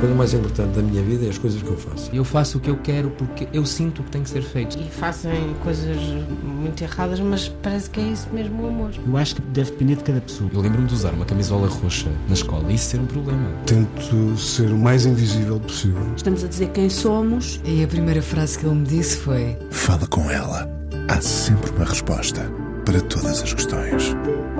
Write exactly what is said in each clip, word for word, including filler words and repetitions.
coisa mais importante da minha vida é as coisas que eu faço. Eu faço o que eu quero porque eu sinto que tem que ser feito. E fazem coisas muito erradas, mas parece que é isso mesmo o amor. Eu acho que deve depender de cada pessoa. Eu lembro-me de usar uma camisola roxa na escola e isso ser um problema. Tento ser o mais invisível possível. Estamos a dizer quem somos. E a primeira frase que ele me disse foi: fala com ela. Há sempre uma resposta para todas as questões.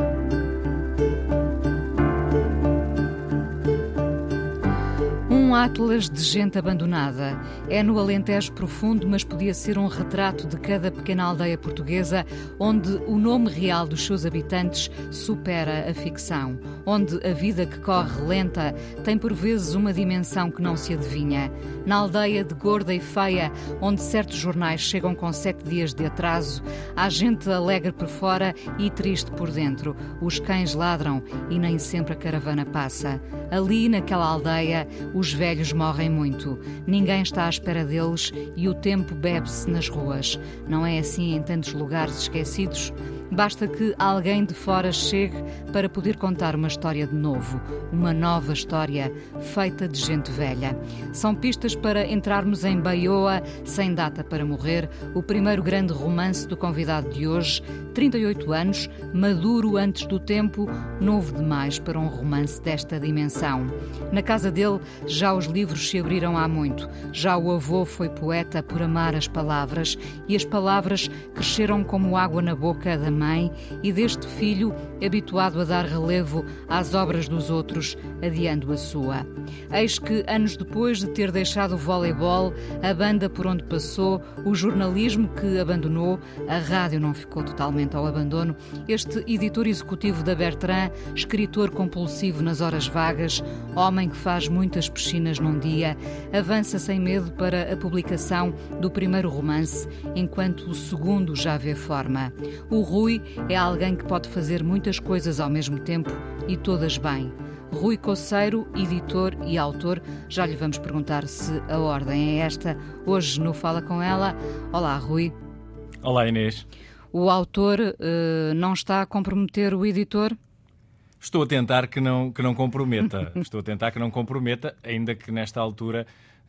Um Atlas de gente abandonada. É no Alentejo profundo, mas podia ser um retrato de cada pequena aldeia portuguesa, onde o nome real dos seus habitantes supera a ficção, onde a vida que corre lenta tem por vezes uma dimensão que não se adivinha. Na aldeia de Gorda e Feia, onde certos jornais chegam com sete dias de atraso, há gente alegre por fora e triste por dentro. Os cães ladram e nem sempre a caravana passa. Ali, naquela aldeia, os velhos morrem muito. Ninguém está à espera deles e o tempo bebe-se nas ruas. Não é assim em tantos lugares esquecidos? Basta que alguém de fora chegue para poder contar uma história de novo, uma nova história feita de gente velha. São pistas para entrarmos em Baioa, Sem Data para Morrer, o primeiro grande romance do convidado de hoje, trinta e oito anos, maduro antes do tempo, novo demais para um romance desta dimensão. Na casa dele já os livros se abriram há muito, já o avô foi poeta por amar as palavras e as palavras cresceram como água na boca da mãe e deste filho habituado a dar relevo às obras dos outros, adiando a sua. Eis que, anos depois de ter deixado o voleibol, a banda por onde passou, o jornalismo que abandonou, a rádio não ficou totalmente ao abandono, este editor executivo da Bertrand, escritor compulsivo nas horas vagas, homem que faz muitas piscinas num dia, avança sem medo para a publicação do primeiro romance, enquanto o segundo já vê forma. O Rui é alguém que pode fazer muitas coisas ao mesmo tempo e todas bem. Rui Coceiro, editor e autor. Já lhe vamos perguntar se a ordem é esta. Hoje no Fala Com Ela. Olá, Rui. Olá, Inês. O autor uh, não está a comprometer o editor? Estou a tentar que não, que não comprometa. Estou a tentar que não comprometa, ainda que nesta altura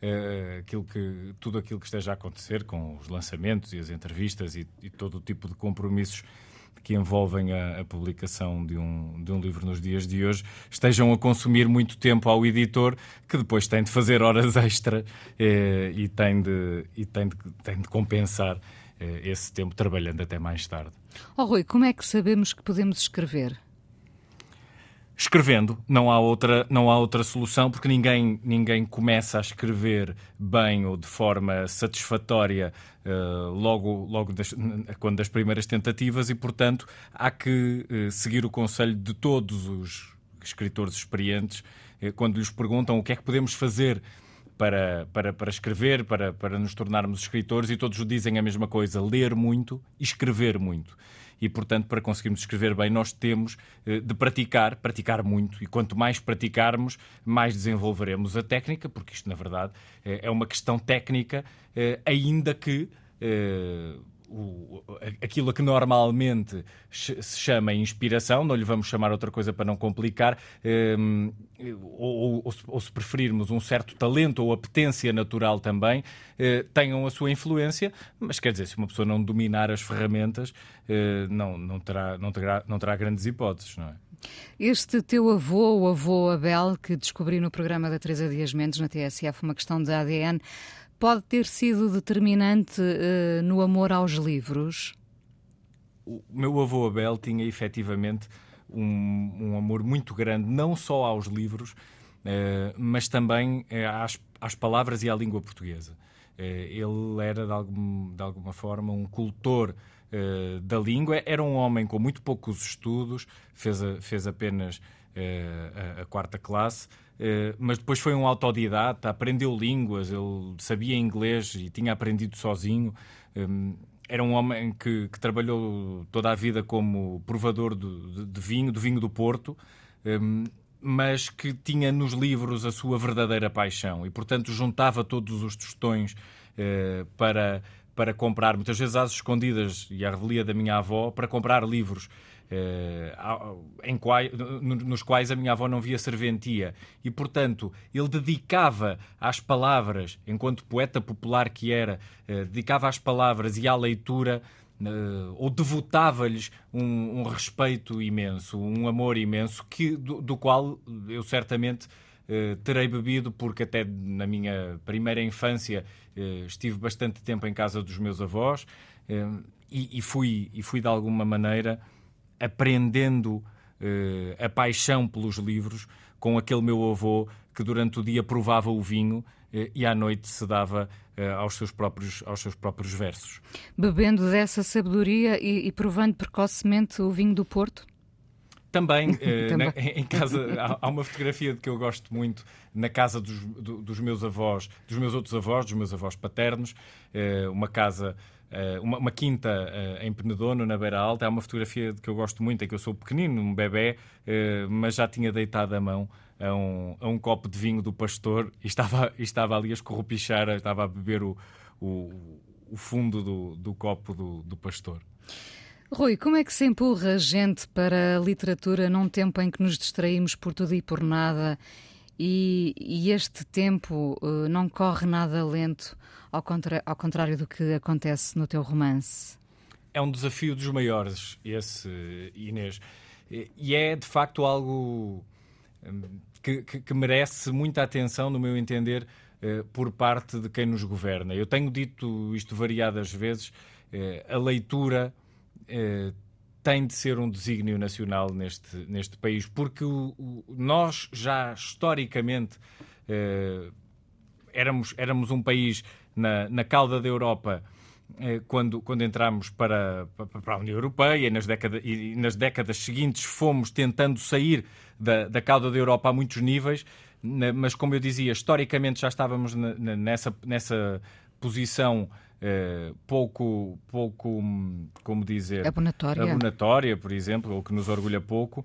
uh, aquilo que, tudo aquilo que esteja a acontecer com os lançamentos e as entrevistas e, e todo o tipo de compromissos que envolvem a, a publicação de um, de um livro nos dias de hoje, estejam a consumir muito tempo ao editor, que depois tem de fazer horas extra eh, e, tem de, e tem de, tem de compensar eh, esse tempo trabalhando até mais tarde. Oh, Rui, como é que sabemos que podemos escrever? Escrevendo, não há outra, não há outra solução, porque ninguém, ninguém começa a escrever bem ou de forma satisfatória uh, logo, logo das, quando das primeiras tentativas e, portanto, há que uh, seguir o conselho de todos os escritores experientes uh, quando lhes perguntam o que é que podemos fazer para, para, para escrever, para, para nos tornarmos escritores, e todos dizem a mesma coisa: ler muito e escrever muito. E, portanto, para conseguirmos escrever bem, nós temos de praticar, praticar muito. E quanto mais praticarmos, mais desenvolveremos a técnica, porque isto, na verdade, é uma questão técnica, ainda que o, aquilo a que normalmente se chama inspiração, não lhe vamos chamar outra coisa para não complicar, um, ou, ou, ou se preferirmos um certo talento ou apetência natural também, uh, tenham a sua influência, mas quer dizer, se uma pessoa não dominar as ferramentas, uh, não, não, terá, não, terá, não terá grandes hipóteses, não é? Este teu avô, o avô Abel, que descobri no programa da Teresa Dias Mendes na T S F, uma questão de A D N, pode ter sido determinante uh, no amor aos livros? O meu avô Abel tinha efetivamente um, um amor muito grande, não só aos livros, uh, mas também uh, às, às palavras e à língua portuguesa. Uh, ele era, de, algum, de alguma forma, um cultor uh, da língua. Era um homem com muito poucos estudos, fez, a, fez apenas uh, a, a quarta classe, Uh, mas depois foi um autodidata, aprendeu línguas, ele sabia inglês e tinha aprendido sozinho. Um, era um homem que, que trabalhou toda a vida como provador de, de, de vinho, do vinho do Porto, um, mas que tinha nos livros a sua verdadeira paixão e, portanto, juntava todos os tostões uh, para, para comprar, muitas vezes às escondidas e à revelia da minha avó, para comprar livros. em quais, nos quais a minha avó não via serventia. E, portanto, ele dedicava às palavras, enquanto poeta popular que era, dedicava às palavras e à leitura, ou devotava-lhes um, um respeito imenso, um amor imenso, que, do, do qual eu certamente Uh, terei bebido, porque até na minha primeira infância uh, estive bastante tempo em casa dos meus avós uh, e, e, fui, e fui de alguma maneira aprendendo uh, a paixão pelos livros com aquele meu avô que durante o dia provava o vinho uh, e à noite se dava uh, aos, seus próprios, aos seus próprios versos. Bebendo dessa sabedoria e, e provando precocemente o vinho do Porto? Também, eh, na, em casa, há, há uma fotografia de que eu gosto muito na casa dos, do, dos meus avós, dos meus outros avós, dos meus avós paternos, eh, uma casa, eh, uma, uma quinta eh, em Penedono, na Beira Alta. Há uma fotografia de que eu gosto muito, em que eu sou pequenino, um bebê, eh, mas já tinha deitado a mão a um, a um copo de vinho do pastor e estava, e estava ali a escorropichar, estava a beber o, o, o fundo do, do copo do, do pastor. Rui, como é que se empurra gente para a literatura num tempo em que nos distraímos por tudo e por nada e, e este tempo uh, não corre nada lento, ao, contra, ao contrário do que acontece no teu romance? É um desafio dos maiores, esse, Inês. E é, de facto, algo que, que, que merece muita atenção, no meu entender, uh, por parte de quem nos governa. Eu tenho dito isto variadas vezes, uh, a leitura Eh, tem de ser um desígnio nacional neste, neste país, porque o, o, nós já historicamente eh, éramos, éramos um país na, na cauda da Europa eh, quando, quando entramos para, para a União Europeia e nas, décadas, e nas décadas seguintes fomos tentando sair da, da cauda da Europa a muitos níveis, na, mas como eu dizia, historicamente já estávamos na, na, nessa, nessa posição Uh, pouco, pouco, como dizer... Abonatória. Abonatória, por exemplo, ou que nos orgulha pouco.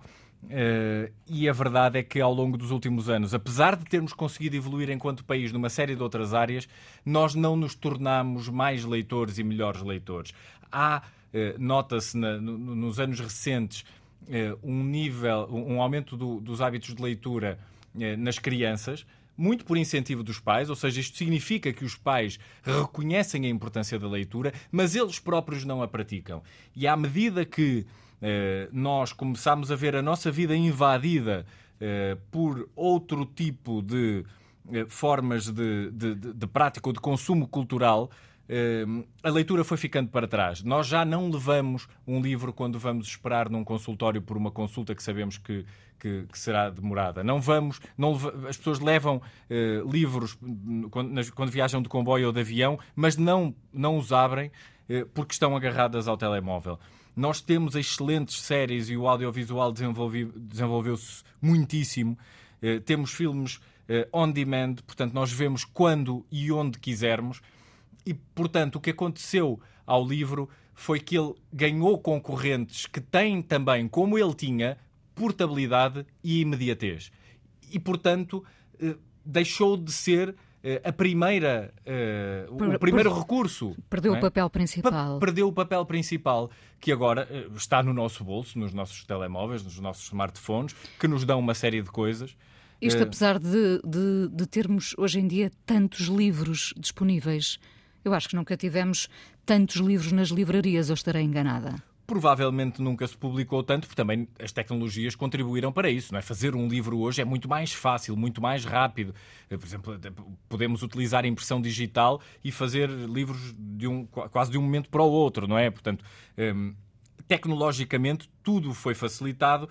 Uh, e a verdade é que ao longo dos últimos anos, apesar de termos conseguido evoluir enquanto país numa série de outras áreas, nós não nos tornamos mais leitores e melhores leitores. Há, uh, nota-se na, no, nos anos recentes, uh, um nível, um aumento do, dos hábitos de leitura uh, nas crianças, muito por incentivo dos pais, ou seja, isto significa que os pais reconhecem a importância da leitura, mas eles próprios não a praticam. E à medida que eh, nós começamos a ver a nossa vida invadida eh, por outro tipo de eh, formas de, de, de, de prática ou de consumo cultural, eh, a leitura foi ficando para trás. Nós já não levamos um livro quando vamos esperar num consultório por uma consulta que sabemos que Que, que será demorada. Não vamos, não, as pessoas levam eh, livros quando, nas, quando viajam de comboio ou de avião, mas não, não os abrem eh, porque estão agarradas ao telemóvel. Nós temos excelentes séries e o audiovisual desenvolveu-se muitíssimo. Eh, temos filmes eh, on demand, portanto nós vemos quando e onde quisermos e, portanto, o que aconteceu ao livro foi que ele ganhou concorrentes que têm também, como ele tinha, portabilidade e imediatez. E, portanto, eh, deixou de ser eh, a primeira, eh, o per, primeiro per, recurso. Perdeu é? o papel principal. Pa- perdeu o papel principal, que agora eh, está no nosso bolso, nos nossos telemóveis, nos nossos smartphones, que nos dão uma série de coisas. Isto eh, apesar de, de, de termos hoje em dia tantos livros disponíveis. Eu acho que nunca tivemos tantos livros nas livrarias, ou estarei enganada? Provavelmente nunca se publicou tanto, porque também as tecnologias contribuíram para isso. Não é? Fazer um livro hoje é muito mais fácil, muito mais rápido. Por exemplo, podemos utilizar a impressão digital e fazer livros de um, quase de um momento para o outro, não é? Portanto, hum, tecnologicamente tudo foi facilitado,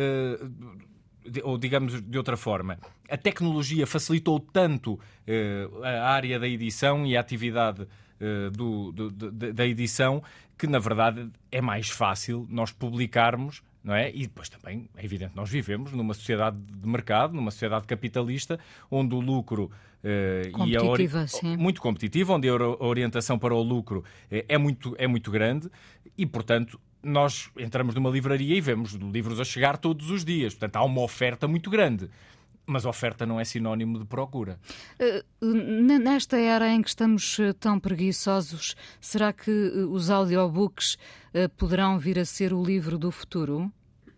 uh, de, ou digamos de outra forma. A tecnologia facilitou tanto uh, a área da edição e a atividade Uh, do, do, do, da edição, que na verdade é mais fácil nós publicarmos, não é? E depois também, é evidente, nós vivemos numa sociedade de mercado, numa sociedade capitalista, onde o lucro uh, e a ori- sim. muito competitiva, onde a orientação para o lucro uh, é, muito, é muito grande e, portanto, nós entramos numa livraria e vemos livros a chegar todos os dias. Portanto, há uma oferta muito grande. Mas oferta não é sinónimo de procura. Nesta era em que estamos tão preguiçosos, será que os audiobooks poderão vir a ser o livro do futuro?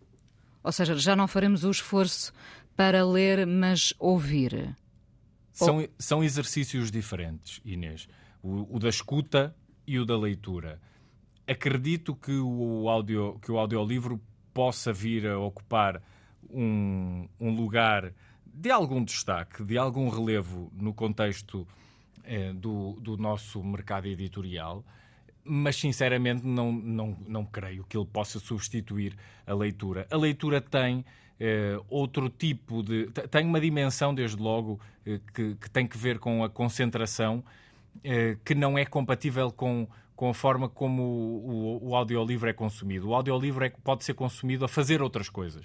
Ou seja, já não faremos o esforço para ler, mas ouvir? São, Ou... são exercícios diferentes, Inês. O, o da escuta e o da leitura. Acredito que o, audio, que o audiolivro possa vir a ocupar um, um lugar de algum destaque, de algum relevo no contexto eh, do, do nosso mercado editorial, mas sinceramente não, não, não creio que ele possa substituir a leitura. A leitura tem eh, outro tipo de... tem uma dimensão, desde logo, eh, que, que tem que ver com a concentração, eh, que não é compatível com, com a forma como o, o, o audiolivro é consumido. O audiolivro é, pode ser consumido a fazer outras coisas.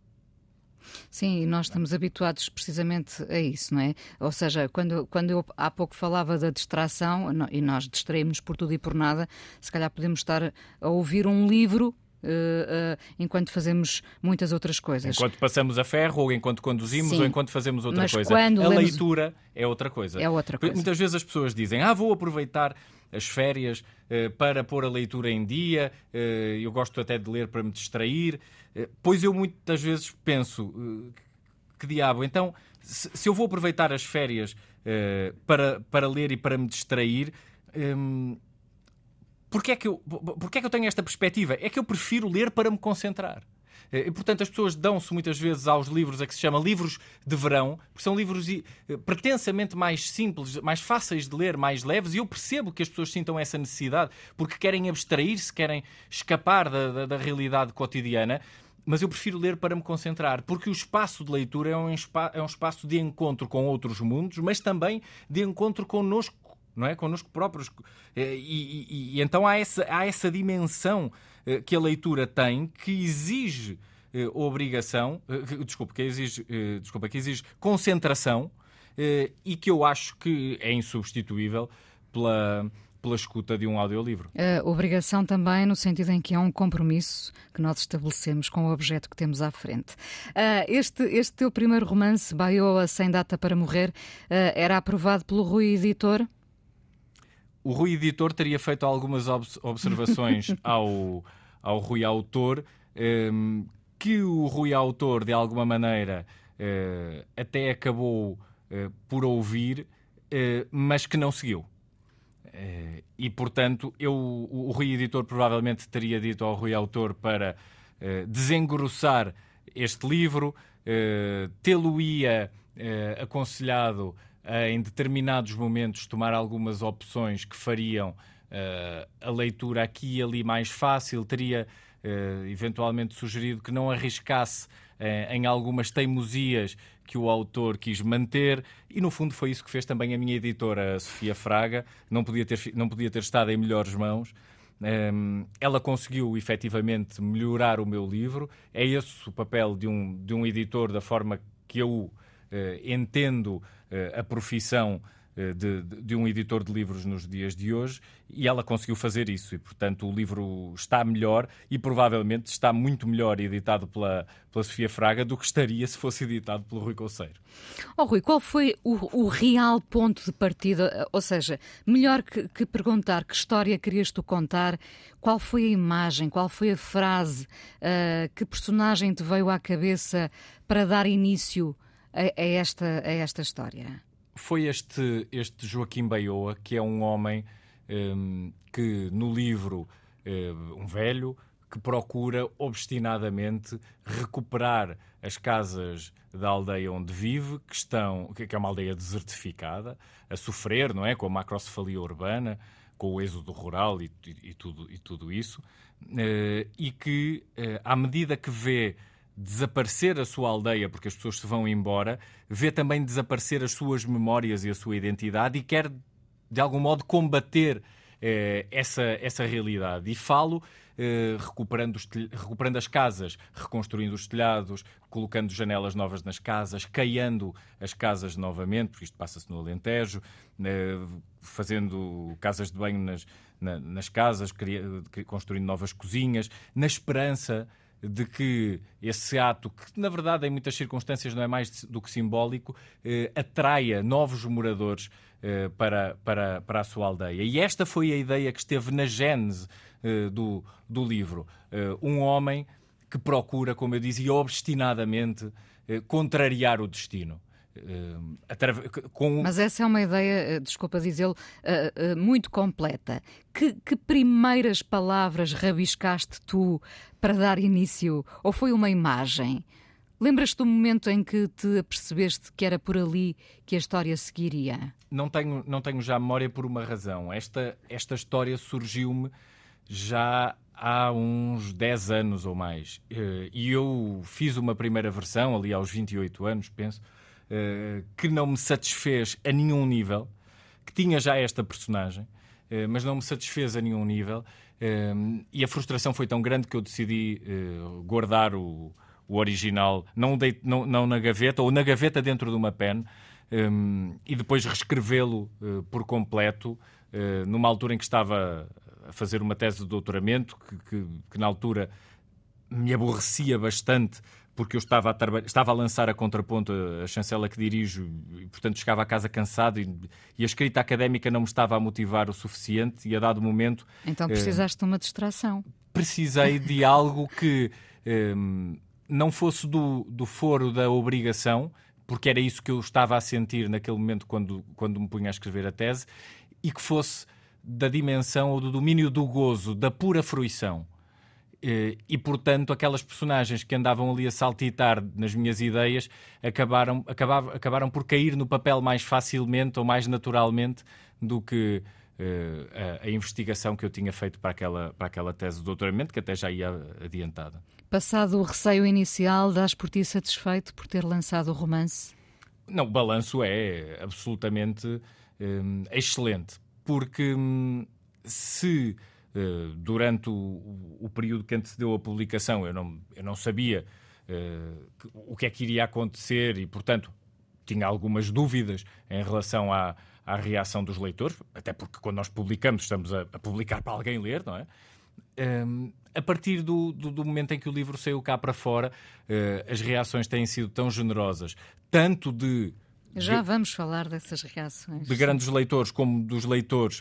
Sim, e nós estamos habituados precisamente a isso, não é? Ou seja, quando, quando eu há pouco falava da distração, e nós distraímos por tudo e por nada, se calhar podemos estar a ouvir um livro uh, uh, enquanto fazemos muitas outras coisas. Enquanto passamos a ferro, ou enquanto conduzimos, Sim, ou enquanto fazemos outra mas coisa. Quando a lemos... leitura é outra coisa. É outra coisa. Muitas vezes as pessoas dizem, ah, vou aproveitar as férias uh, para pôr a leitura em dia, uh, eu gosto até de ler para me distrair. Pois eu muitas vezes penso, que diabo, então, se, se eu vou aproveitar as férias uh, para, para ler e para me distrair, um, porquê é que eu, porquê é que eu tenho esta perspectiva? É que eu prefiro ler para me concentrar. E, portanto, as pessoas dão-se muitas vezes aos livros a que se chama livros de verão, porque são livros pretensamente mais simples, mais fáceis de ler, mais leves, e eu percebo que as pessoas sintam essa necessidade, porque querem abstrair-se, querem escapar da, da, da realidade cotidiana, mas eu prefiro ler para me concentrar, porque o espaço de leitura é um, espa- é um espaço de encontro com outros mundos, mas também de encontro connosco, não é? Connosco próprios. E, e, e então há essa, há essa dimensão que a leitura tem, que exige eh, obrigação, eh, desculpa, que exige, eh, desculpa, que exige concentração, eh, e que eu acho que é insubstituível pela, pela escuta de um audiolivro. Uh, obrigação também no sentido em que é um compromisso que nós estabelecemos com o objeto que temos à frente. Uh, este, este teu primeiro romance, Baioa Sem Data para Morrer, uh, era aprovado pelo Rui Editor? O Rui Editor teria feito algumas observações ao, ao Rui Autor, um, que o Rui Autor, de alguma maneira, uh, até acabou uh, por ouvir, uh, mas que não seguiu. Uh, e, portanto, eu, o Rui Editor provavelmente teria dito ao Rui Autor para uh, desengrossar este livro, uh, tê-lo-ia uh, aconselhado a, em determinados momentos, tomar algumas opções que fariam uh, a leitura aqui e ali mais fácil, teria uh, eventualmente sugerido que não arriscasse uh, em algumas teimosias que o autor quis manter, e no fundo foi isso que fez também a minha editora, a Sofia Fraga. Não podia ter, não podia ter estado em melhores mãos. Um, ela conseguiu efetivamente melhorar o meu livro. É esse o papel de um, de um editor, da forma que eu uh, entendo uh, a profissão uh, de, de um editor de livros nos dias de hoje, e ela conseguiu fazer isso, e portanto o livro está melhor, e provavelmente está muito melhor editado pela, pela Sofia Fraga do que estaria se fosse editado pelo Rui Couceiro. Oh, Rui, qual foi o, o real ponto de partida? Ou seja, melhor que, que perguntar que história querias tu contar, qual foi a imagem, qual foi a frase, uh, que personagem te veio à cabeça para dar início a, a, esta, a esta história? Foi este, este Joaquim Baioa, que é um homem um, que no livro, um velho, que procura obstinadamente recuperar as casas da aldeia onde vive, que, estão, que é uma aldeia desertificada, a sofrer, não é, com a macrocefalia urbana, com o êxodo rural e, e, e, tudo, e tudo isso, uh, e que, uh, à medida que vê desaparecer a sua aldeia, porque as pessoas se vão embora, vê também desaparecer as suas memórias e a sua identidade, e quer, de algum modo, combater eh, essa, essa realidade. E falo eh, recuperando, os telha... recuperando as casas, reconstruindo os telhados, colocando janelas novas nas casas, caiando as casas novamente, porque isto passa-se no Alentejo, eh, fazendo casas de banho nas, na, nas casas, cria... construindo novas cozinhas, na esperança de que esse ato, que na verdade em muitas circunstâncias não é mais do que simbólico, eh, atraia novos moradores eh, para, para, para a sua aldeia. E esta foi a ideia que esteve na gênese eh, do, do livro. Eh, um homem que procura, como eu dizia, obstinadamente eh, contrariar o destino. Com... Mas essa é uma ideia, desculpa dizê-lo, uh, uh, muito completa. Que, que primeiras palavras rabiscaste tu para dar início? Ou foi uma imagem? Lembras-te do momento em que te apercebeste que era por ali que a história seguiria? Não tenho, não tenho já memória por uma razão. Esta, esta história surgiu-me já há uns dez anos ou mais. E eu fiz uma primeira versão, ali aos vinte e oito anos, penso, Uh, que não me satisfez a nenhum nível, que tinha já esta personagem, uh, mas não me satisfez a nenhum nível, uh, e a frustração foi tão grande que eu decidi uh, guardar o, o original, não, de, não, não na gaveta, ou na gaveta dentro de uma pen, um, e depois reescrevê-lo uh, por completo, uh, numa altura em que estava a fazer uma tese de doutoramento, que, que, que na altura me aborrecia bastante, porque eu estava a, traba- estava a lançar a contraponto a chancela que dirijo e, portanto, chegava a casa cansado e, e a escrita académica não me estava a motivar o suficiente e, a dado momento... Então precisaste eh, de uma distração. Precisei de algo que eh, não fosse do, do foro da obrigação, porque era isso que eu estava a sentir naquele momento quando, quando me punha a escrever a tese, e que fosse da dimensão ou do domínio do gozo, da pura fruição. E, e, portanto, aquelas personagens que andavam ali a saltitar nas minhas ideias acabaram, acabaram, acabaram por cair no papel mais facilmente ou mais naturalmente do que uh, a, a investigação que eu tinha feito para aquela, para aquela tese de doutoramento, que até já ia adiantada. Passado o receio inicial, dás por ti satisfeito por ter lançado o romance? Não, o balanço é absolutamente um, excelente, porque um, se... Uh, durante o, o período que antecedeu a publicação eu não, eu não sabia uh, que, o que é que iria acontecer e, portanto, tinha algumas dúvidas em relação à, à reação dos leitores, até porque quando nós publicamos estamos a, a publicar para alguém ler, não é? Um, a partir do, do, do momento em que o livro saiu cá para fora, uh, as reações têm sido tão generosas, tanto de... Já vamos falar dessas reações. De grandes leitores, como dos leitores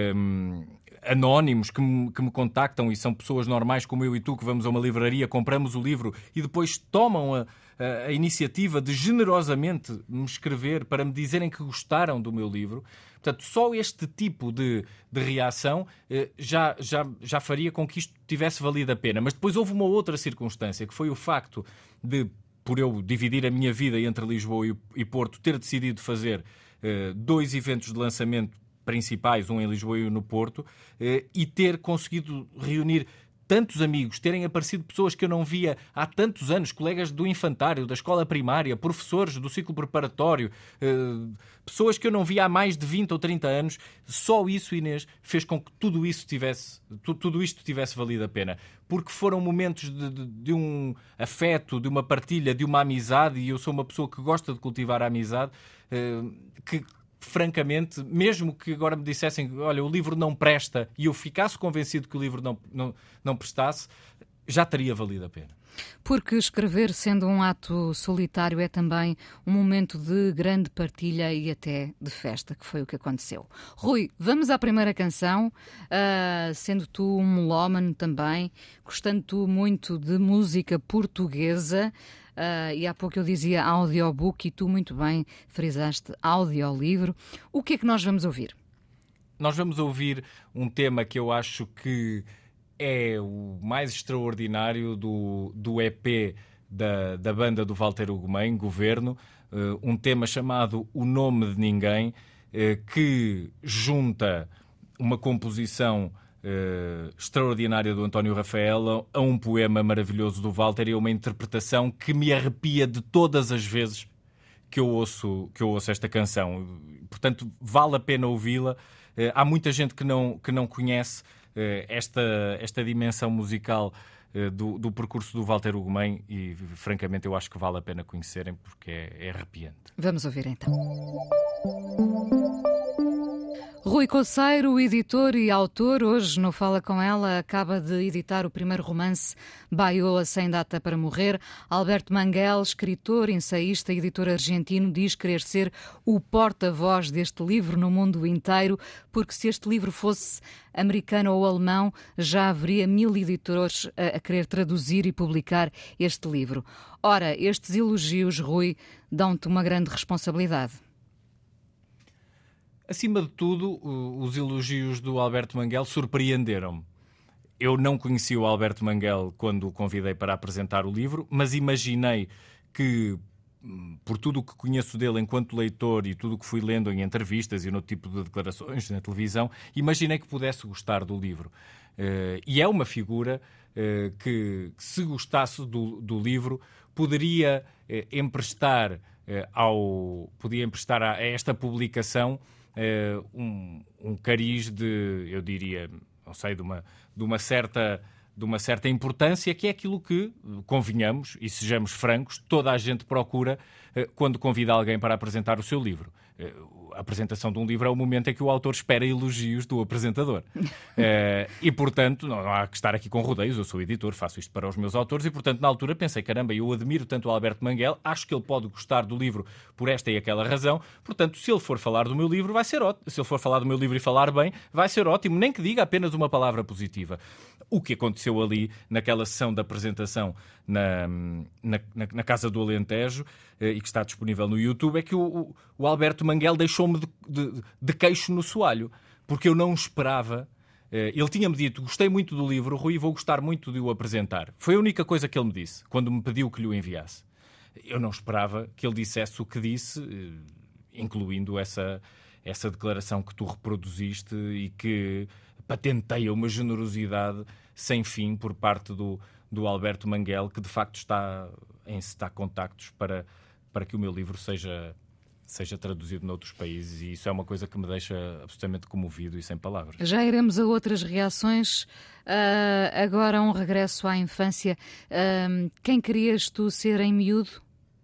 um, anónimos que me, que me contactam e são pessoas normais como eu e tu, que vamos a uma livraria, compramos o livro e depois tomam a, a, a iniciativa de generosamente me escrever para me dizerem que gostaram do meu livro. Portanto, só este tipo de, de reação eh, já, já, já faria com que isto tivesse valido a pena. Mas depois houve uma outra circunstância, que foi o facto de, por eu dividir a minha vida entre Lisboa e, e Porto, ter decidido fazer eh, dois eventos de lançamento principais, um em Lisboa e um no Porto, eh, e ter conseguido reunir tantos amigos, terem aparecido pessoas que eu não via há tantos anos, colegas do infantário, da escola primária, professores do ciclo preparatório, eh, pessoas que eu não via há mais de vinte ou trinta anos. Só isso, Inês, fez com que tudo isso tivesse, tu, tudo isto tivesse valido a pena. Porque foram momentos de, de, de um afeto, de uma partilha, de uma amizade, e eu sou uma pessoa que gosta de cultivar a amizade, eh, que... francamente, mesmo que agora me dissessem olha, o livro não presta e eu ficasse convencido que o livro não, não, não prestasse, já teria valido a pena. Porque escrever, sendo um ato solitário, é também um momento de grande partilha e até de festa, que foi o que aconteceu. Rui, vamos à primeira canção, uh, sendo tu um melómano também, gostando tu muito de música portuguesa. Uh, e há pouco eu dizia audiobook e tu muito bem frisaste audiolivro. O que é que nós vamos ouvir? Nós vamos ouvir um tema que eu acho que é o mais extraordinário do, do E P da, da banda do Walter Ugumem, Governo, uh, um tema chamado O Nome de Ninguém, uh, que junta uma composição Uh, extraordinária do António Rafael a um poema maravilhoso do Walter e a uma interpretação que me arrepia de todas as vezes que eu ouço, que eu ouço esta canção. Portanto, vale a pena ouvi-la. Uh, há muita gente que não, que não conhece uh, esta, esta dimensão musical uh, do, do percurso do Walter Ugumem e, francamente, eu acho que vale a pena conhecerem porque é, é arrepiante. Vamos ouvir então. Rui Coceiro, editor e autor, hoje no Fala Com Ela, acaba de editar o primeiro romance Baioa Sem Data para Morrer. Alberto Manguel, escritor, ensaísta e editor argentino, diz querer ser o porta-voz deste livro no mundo inteiro, porque se este livro fosse americano ou alemão, já haveria mil editores a, a querer traduzir e publicar este livro. Ora, estes elogios, Rui, dão-te uma grande responsabilidade. Acima de tudo, os elogios do Alberto Manguel surpreenderam-me. Eu não conheci o Alberto Manguel quando o convidei para apresentar o livro, mas imaginei que, por tudo o que conheço dele enquanto leitor e tudo o que fui lendo em entrevistas e no tipo de declarações na televisão, imaginei que pudesse gostar do livro. E é uma figura que, se gostasse do, do livro, poderia emprestar, ao, podia emprestar a esta publicação Uh, um, um cariz de, eu diria, não sei, de uma, de uma certa, de uma certa importância, que é aquilo que, convenhamos e sejamos francos, toda a gente procura uh, quando convida alguém para apresentar o seu livro. Uh, a apresentação de um livro é o momento em que o autor espera elogios do apresentador. uh, e, portanto, não, não há que estar aqui com rodeios, eu sou editor, faço isto para os meus autores e, portanto, na altura pensei, caramba, eu admiro tanto o Alberto Manguel, acho que ele pode gostar do livro por esta e aquela razão, portanto, se ele for falar do meu livro, vai ser ótimo. Se ele for falar do meu livro e falar bem, vai ser ótimo, nem que diga apenas uma palavra positiva. O que aconteceu ali, naquela sessão de apresentação na, na, na Casa do Alentejo, eh, e que está disponível no YouTube, é que o, o Alberto Manguel deixou-me de, de, de queixo no soalho, porque eu não esperava. Eh, ele tinha-me dito, gostei muito do livro, Rui, vou gostar muito de o apresentar. Foi a única coisa que ele me disse, quando me pediu que lhe o enviasse. Eu não esperava que ele dissesse o que disse, eh, incluindo essa, essa declaração que tu reproduziste e que patenteia uma generosidade sem fim por parte do, do Alberto Manguel, que de facto está em encetar contactos para, para que o meu livro seja, seja traduzido noutros países, e isso é uma coisa que me deixa absolutamente comovido e sem palavras. Já iremos a outras reações. Uh, agora um regresso à infância. Uh, quem querias tu ser em miúdo?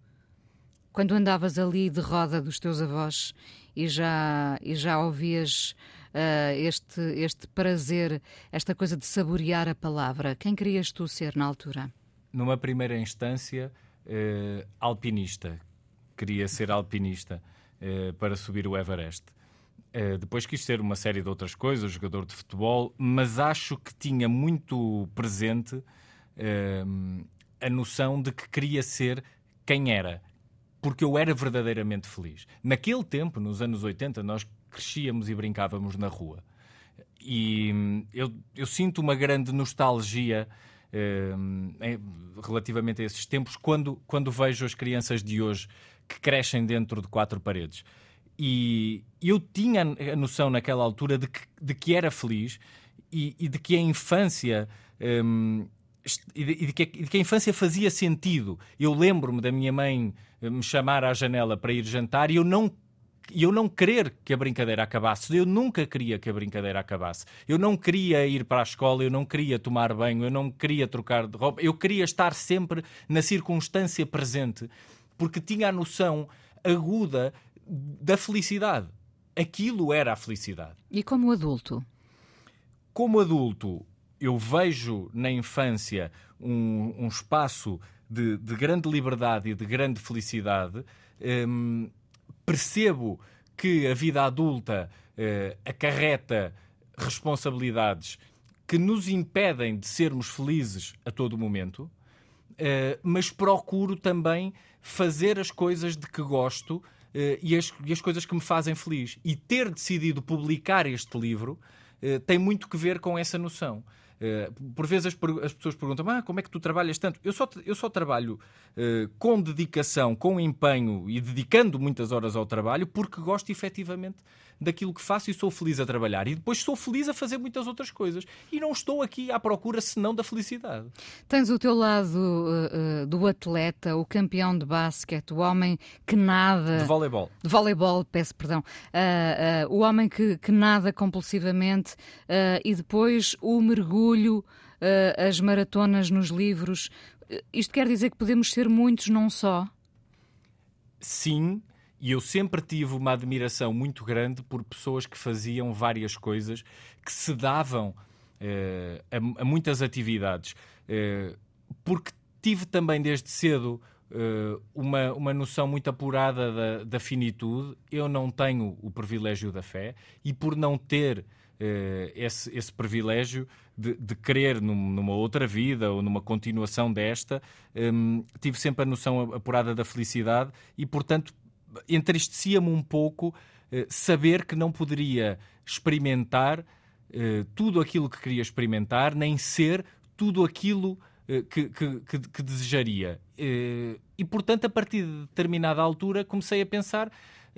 Quando andavas ali de roda dos teus avós e já, e já ouvias uh, este, este prazer, esta coisa de saborear a palavra, quem querias tu ser na altura? Numa primeira instância, uh, alpinista. Queria ser alpinista uh, para subir o Everest. Uh, depois quis ser uma série de outras coisas, jogador de futebol, mas acho que tinha muito presente uh, a noção de que queria ser quem era, porque eu era verdadeiramente feliz. Naquele tempo, nos anos oitenta, nós crescíamos e brincávamos na rua. E eu, eu sinto uma grande nostalgia eh, relativamente a esses tempos quando, quando vejo as crianças de hoje que crescem dentro de quatro paredes. E eu tinha a noção naquela altura de que, de que era feliz e, e de que a infância... Eh, E de, e, de que, e de que a infância fazia sentido. Eu lembro-me da minha mãe me chamar à janela para ir jantar e eu não, eu não querer que a brincadeira acabasse. Eu nunca queria que a brincadeira acabasse. Eu não queria ir para a escola, eu não queria tomar banho, eu não queria trocar de roupa. Eu queria estar sempre na circunstância presente, porque tinha a noção aguda da felicidade. Aquilo era a felicidade. E como adulto? Como adulto, eu vejo na infância um, um espaço de, de grande liberdade e de grande felicidade. Um, percebo que a vida adulta uh, acarreta responsabilidades que nos impedem de sermos felizes a todo momento, uh, mas procuro também fazer as coisas de que gosto uh, e, as, e as coisas que me fazem feliz. E ter decidido publicar este livro uh, tem muito que ver com essa noção. Uh, por vezes as, as pessoas perguntam, ah, como é que tu trabalhas tanto? Eu só, eu só trabalho uh, com dedicação, com empenho e dedicando muitas horas ao trabalho porque gosto efetivamente daquilo que faço e sou feliz a trabalhar. E depois sou feliz a fazer muitas outras coisas. E não estou aqui à procura senão da felicidade. Tens o teu lado uh, uh, do atleta, o campeão de basquete, o homem que nada... De voleibol. De voleibol, peço perdão. Uh, uh, o homem que, que nada compulsivamente uh, e depois o mergulho, uh, as maratonas nos livros. Uh, isto quer dizer que podemos ser muitos num só? Sim, E eu sempre tive uma admiração muito grande por pessoas que faziam várias coisas, que se davam uh, a, a muitas atividades. Uh, porque tive também desde cedo uh, uma, uma noção muito apurada da, da finitude. Eu não tenho o privilégio da fé, e por não ter uh, esse, esse privilégio de, de crer num, numa outra vida ou numa continuação desta, um, tive sempre a noção apurada da felicidade e, portanto, entristecia-me um pouco uh, saber que não poderia experimentar uh, tudo aquilo que queria experimentar, nem ser tudo aquilo uh, que, que, que, que desejaria. Uh, e, portanto, a partir de determinada altura, comecei a pensar, uh,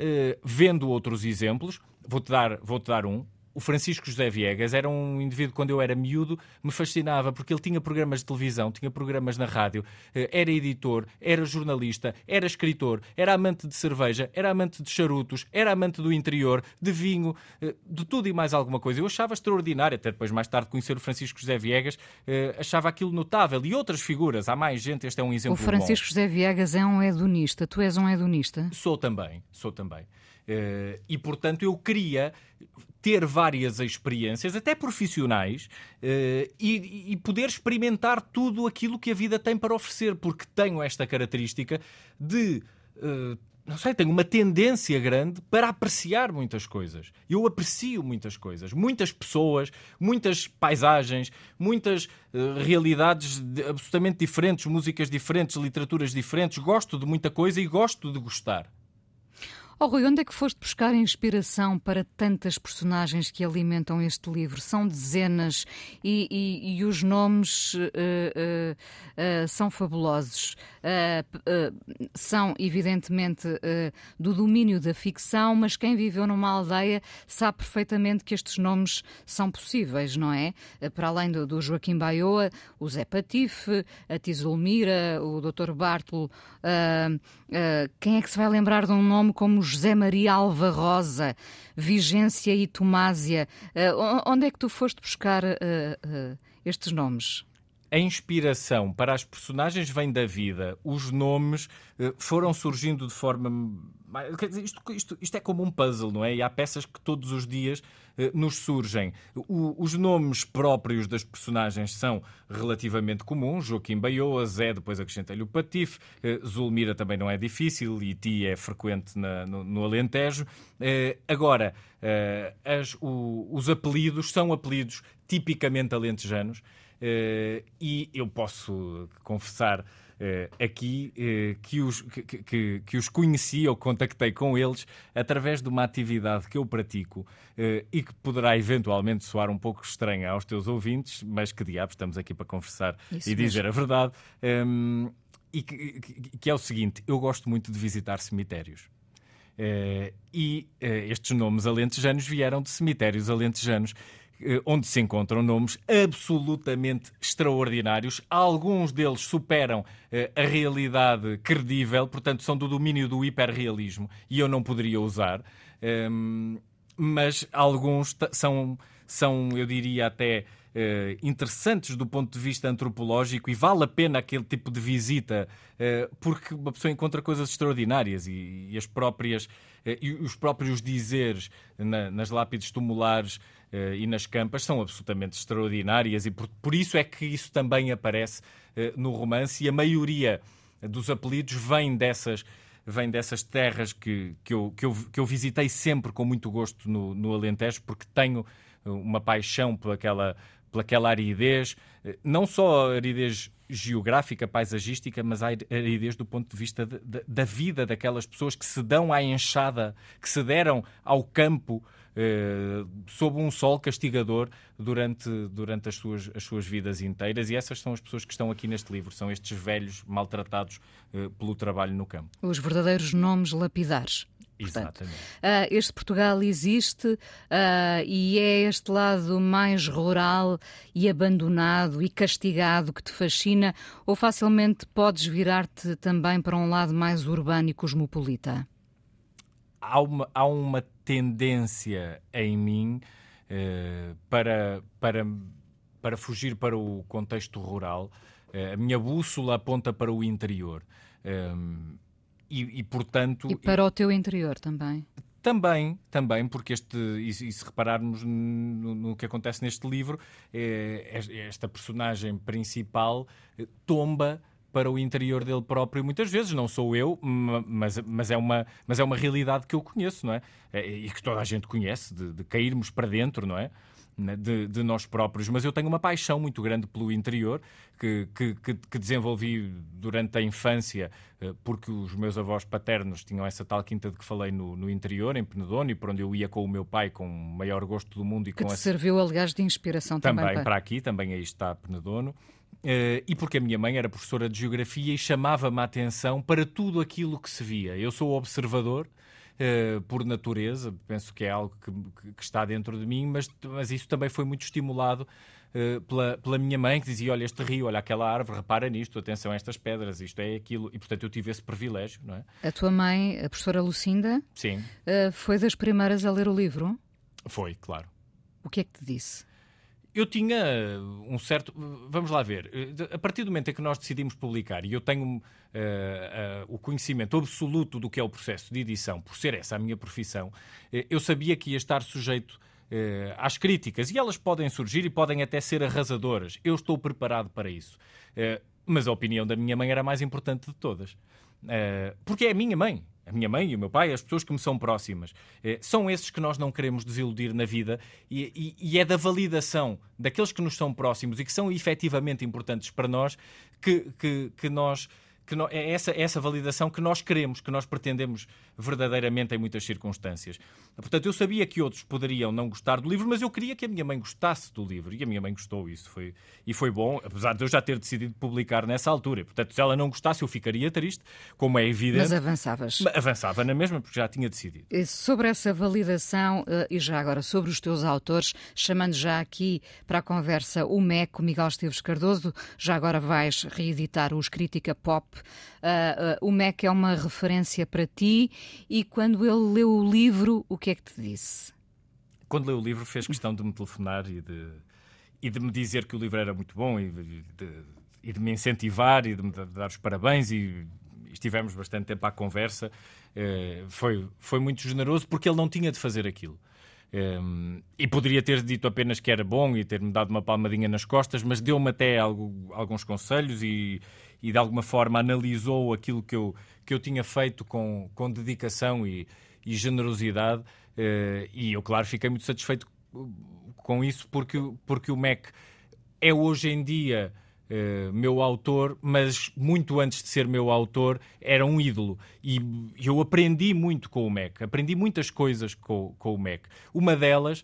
vendo outros exemplos, vou-te dar, vou-te dar um. O Francisco José Viegas era um indivíduo, quando eu era miúdo, me fascinava, porque ele tinha programas de televisão, tinha programas na rádio, era editor, era jornalista, era escritor, era amante de cerveja, era amante de charutos, era amante do interior, de vinho, de tudo e mais alguma coisa. Eu achava extraordinário, até depois mais tarde conhecer o Francisco José Viegas, achava aquilo notável. E outras figuras, há mais gente, este é um exemplo bom. O Francisco bom. José Viegas é um hedonista, tu és um hedonista? Sou também, sou também. Uh, e, portanto, eu queria ter várias experiências, até profissionais, uh, e, e poder experimentar tudo aquilo que a vida tem para oferecer, porque tenho esta característica de, uh, não sei, tenho uma tendência grande para apreciar muitas coisas. Eu aprecio muitas coisas, muitas pessoas, muitas paisagens, muitas uh, realidades de, absolutamente diferentes, músicas diferentes, literaturas diferentes. Gosto de muita coisa e gosto de gostar. Oh, Rui, onde é que foste buscar inspiração para tantas personagens que alimentam este livro? São dezenas e, e, e os nomes uh, uh, uh, são fabulosos. Uh, uh, são, evidentemente, uh, do domínio da ficção, mas quem viveu numa aldeia sabe perfeitamente que estes nomes são possíveis, não é? Uh, para além do, do Joaquim Baioa, o Zé Patife, a Tizulmira, o doutor Bartolo. Uh, uh, quem é que se vai lembrar de um nome como José Maria Alva Rosa, Vigência e Tomásia? Uh, onde é que tu foste buscar uh, uh, estes nomes? A inspiração para as personagens vem da vida. Os nomes uh, foram surgindo de forma... Isto, isto, isto é como um puzzle, não é? E há peças que todos os dias uh, nos surgem. O, os nomes próprios das personagens são relativamente comuns. Joaquim Baioa, Zé, depois acrescentei-lhe o Patife. Uh, Zulmira também não é difícil e Ti é frequente na, no, no Alentejo. Uh, agora, uh, as, o, os apelidos são apelidos tipicamente alentejanos. Uh, e eu posso confessar uh, aqui uh, que, os, que, que, que os conheci ou contactei com eles através de uma atividade que eu pratico uh, e que poderá eventualmente soar um pouco estranha aos teus ouvintes, mas que diabos, estamos aqui para conversar Isso e mesmo. dizer a verdade, um, e que, que, que é o seguinte: eu gosto muito de visitar cemitérios. Uh, e uh, estes nomes alentejanos vieram de cemitérios alentejanos, onde se encontram nomes absolutamente extraordinários. Alguns deles superam uh, a realidade credível, portanto são do domínio do hiperrealismo e eu não poderia usar, um, mas alguns t- são, são, eu diria até, uh, interessantes do ponto de vista antropológico, e vale a pena aquele tipo de visita, uh, porque uma pessoa encontra coisas extraordinárias e, e as próprias, uh, e os próprios dizeres na, nas lápides tumulares Uh, e nas campas são absolutamente extraordinárias, e por, por isso é que isso também aparece uh, no romance, e a maioria dos apelidos vem dessas, vem dessas terras que, que, eu, que, eu, que eu visitei sempre com muito gosto no, no Alentejo, porque tenho uma paixão por aquela, por aquela aridez, uh, não só a aridez geográfica, paisagística, mas a aridez do ponto de vista de, de, da vida daquelas pessoas que se dão à enxada, que se deram ao campo Uh, sob um sol castigador durante, durante as, suas, as suas vidas inteiras, e essas são as pessoas que estão aqui neste livro, são estes velhos maltratados uh, pelo trabalho no campo. Os verdadeiros nomes lapidares. Exatamente. Portanto, uh, este Portugal existe uh, e é este lado mais rural e abandonado e castigado que te fascina, ou facilmente podes virar-te também para um lado mais urbano e cosmopolita? Há uma, há uma tendência em mim uh, para, para, para fugir para o contexto rural. Uh, a minha bússola aponta para o interior. Uh, e, e, portanto... E para o teu interior também? Também, também, porque este, e, e se repararmos no, no que acontece neste livro, é, esta personagem principal tomba para o interior dele próprio muitas vezes. Não sou eu, mas, mas, é, uma, mas é uma realidade que eu conheço, não é? E que toda a gente conhece, de, de cairmos para dentro, não é? De, de nós próprios. Mas eu tenho uma paixão muito grande pelo interior, que, que, que desenvolvi durante a infância, porque os meus avós paternos tinham essa tal quinta de que falei no, no interior, em Penedono, e por onde eu ia com o meu pai com o maior gosto do mundo. E que com te essa... serviu, aliás, de inspiração também. Também para... para aqui, também aí está Penedono. Uh, e porque a minha mãe era professora de geografia e chamava-me a atenção para tudo aquilo que se via. Eu sou observador, Uh, por natureza, penso que é algo que, que está dentro de mim, mas, mas isso também foi muito estimulado uh, pela, pela minha mãe, que dizia, olha este rio, olha aquela árvore, repara nisto, atenção a estas pedras, isto é aquilo, e portanto eu tive esse privilégio, não é? A tua mãe, a professora Lucinda, Sim. Uh, foi das primeiras a ler o livro? Foi, claro. O que é que te disse? Eu tinha um certo... Vamos lá ver. A partir do momento em que nós decidimos publicar, e eu tenho uh, uh, o conhecimento absoluto do que é o processo de edição, por ser essa a minha profissão, uh, eu sabia que ia estar sujeito uh, às críticas. E elas podem surgir e podem até ser arrasadoras. Eu estou preparado para isso. Uh, mas a opinião da minha mãe era a mais importante de todas. Uh, porque é a minha mãe. A minha mãe e o meu pai, as pessoas que me são próximas, eh, são esses que nós não queremos desiludir na vida e, e, e é da validação daqueles que nos são próximos e que são efetivamente importantes para nós que, que, que nós... Que no, é essa, essa validação que nós queremos, que nós pretendemos verdadeiramente em muitas circunstâncias. Portanto, eu sabia que outros poderiam não gostar do livro, mas eu queria que a minha mãe gostasse do livro. E a minha mãe gostou, isso foi, e foi bom, apesar de eu já ter decidido publicar nessa altura. Portanto, se ela não gostasse, eu ficaria triste, como é evidente. Mas avançavas. Avançava na mesma, porque já tinha decidido. E sobre essa validação, e já agora sobre os teus autores, chamando já aqui para a conversa o M E C, o Miguel Esteves Cardoso, já agora vais reeditar os Crítica Pop. Uh, uh, o M E C é uma referência para ti e quando ele leu o livro, o que é que te disse? Quando leu o livro fez questão de me telefonar e de, e de me dizer que o livro era muito bom e de, de, e de me incentivar e de me dar os parabéns e estivemos bastante tempo à conversa. Uh, foi, foi muito generoso porque ele não tinha de fazer aquilo. Um, e poderia ter dito apenas que era bom e ter-me dado uma palmadinha nas costas, mas deu-me até algo, alguns conselhos e, e de alguma forma analisou aquilo que eu, que eu tinha feito com, com dedicação e, e generosidade, uh, e eu, claro, fiquei muito satisfeito com isso porque, porque o M E C é hoje em dia Uh, meu autor, mas muito antes de ser meu autor era um ídolo e eu aprendi muito com o M E C, aprendi muitas coisas com, com o M E C. Uma delas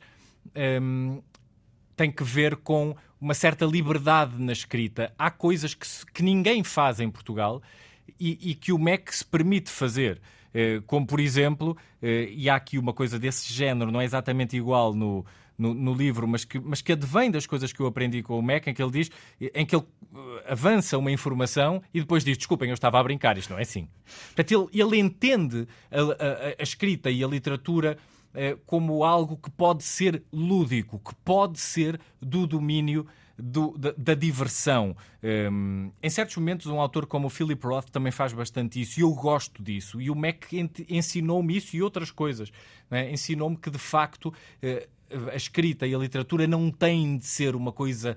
um, tem que ver com uma certa liberdade na escrita. Há coisas que, se, que ninguém faz em Portugal e, e que o M E C se permite fazer, uh, como por exemplo, uh, e há aqui uma coisa desse género, não é exatamente igual no No, no livro, mas que, mas que advém das coisas que eu aprendi com o M E C, em que ele diz, em que ele avança uma informação e depois diz, desculpem, eu estava a brincar, isto não é assim. Portanto, ele, ele entende a, a, a escrita e a literatura eh, como algo que pode ser lúdico, que pode ser do domínio do, da, da diversão. Um, em certos momentos, um autor como o Philip Roth também faz bastante isso, e eu gosto disso. E o M E C ensinou-me isso e outras coisas. Não é? Ensinou-me que, de facto, eh, a escrita e a literatura não têm de ser uma coisa